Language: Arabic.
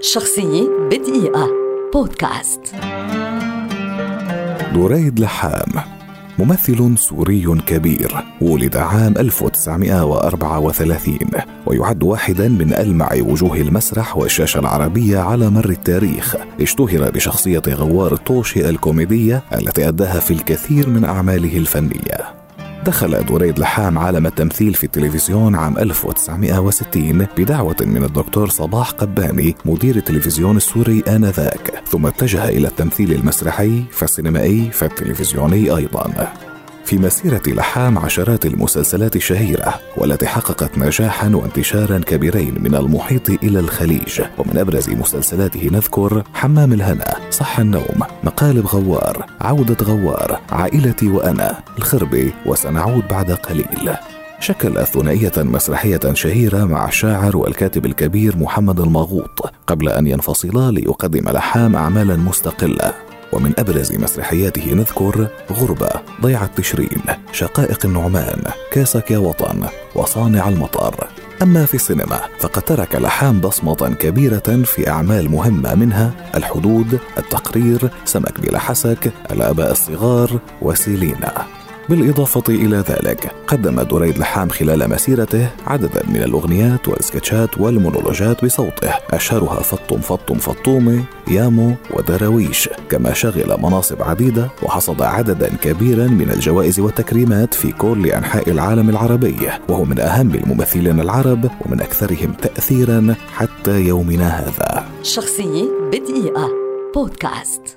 شخصية بدقيقة بودكاست. دريد لحام ممثل سوري كبير، ولد عام 1934 ويعد واحدا من ألمع وجوه المسرح والشاشة العربية على مر التاريخ. اشتهر بشخصية غوار الطوشي الكوميدية التي أداها في الكثير من أعماله الفنية. دخل دريد لحام عالم التمثيل في التلفزيون عام 1960 بدعوة من الدكتور صباح قباني مدير التلفزيون السوري آنذاك، ثم اتجه إلى التمثيل المسرحي فالسينمائي فالتلفزيوني أيضا. في مسيرة لحام عشرات المسلسلات الشهيرة والتي حققت نجاحا وانتشارا كبيرين من المحيط إلى الخليج، ومن أبرز مسلسلاته نذكر حمام الهنا، صح النوم، مقالب غوار، عودة غوار، عائلتي وأنا، الخربي، وسنعود بعد قليل. شكل ثنائية مسرحية شهيرة مع الشاعر والكاتب الكبير محمد المغوط قبل أن ينفصلا ليقدم لحام أعمالا مستقلة. ومن أبرز مسرحياته نذكر غربة، ضيعة تشرين، شقائق النعمان، كاسك يا وطن، وصانع المطر. أما في السينما فقد ترك لحام بصمة كبيرة في أعمال مهمة، منها الحدود، التقرير، سمك بلا حسك، الآباء الصغار، وسيلينا. بالإضافة إلى ذلك قدم دريد لحام خلال مسيرته عددا من الأغنيات والسكتشات والمونولوجات بصوته، أشهرها فطم فطم فطومي، يامو، ودراويش، كما شغل مناصب عديدة وحصد عددا كبيرا من الجوائز والتكريمات في كل أنحاء العالم العربي، وهو من أهم الممثلين العرب ومن أكثرهم تأثيرا حتى يومنا هذا. شخصية بدقيقة بودكاست.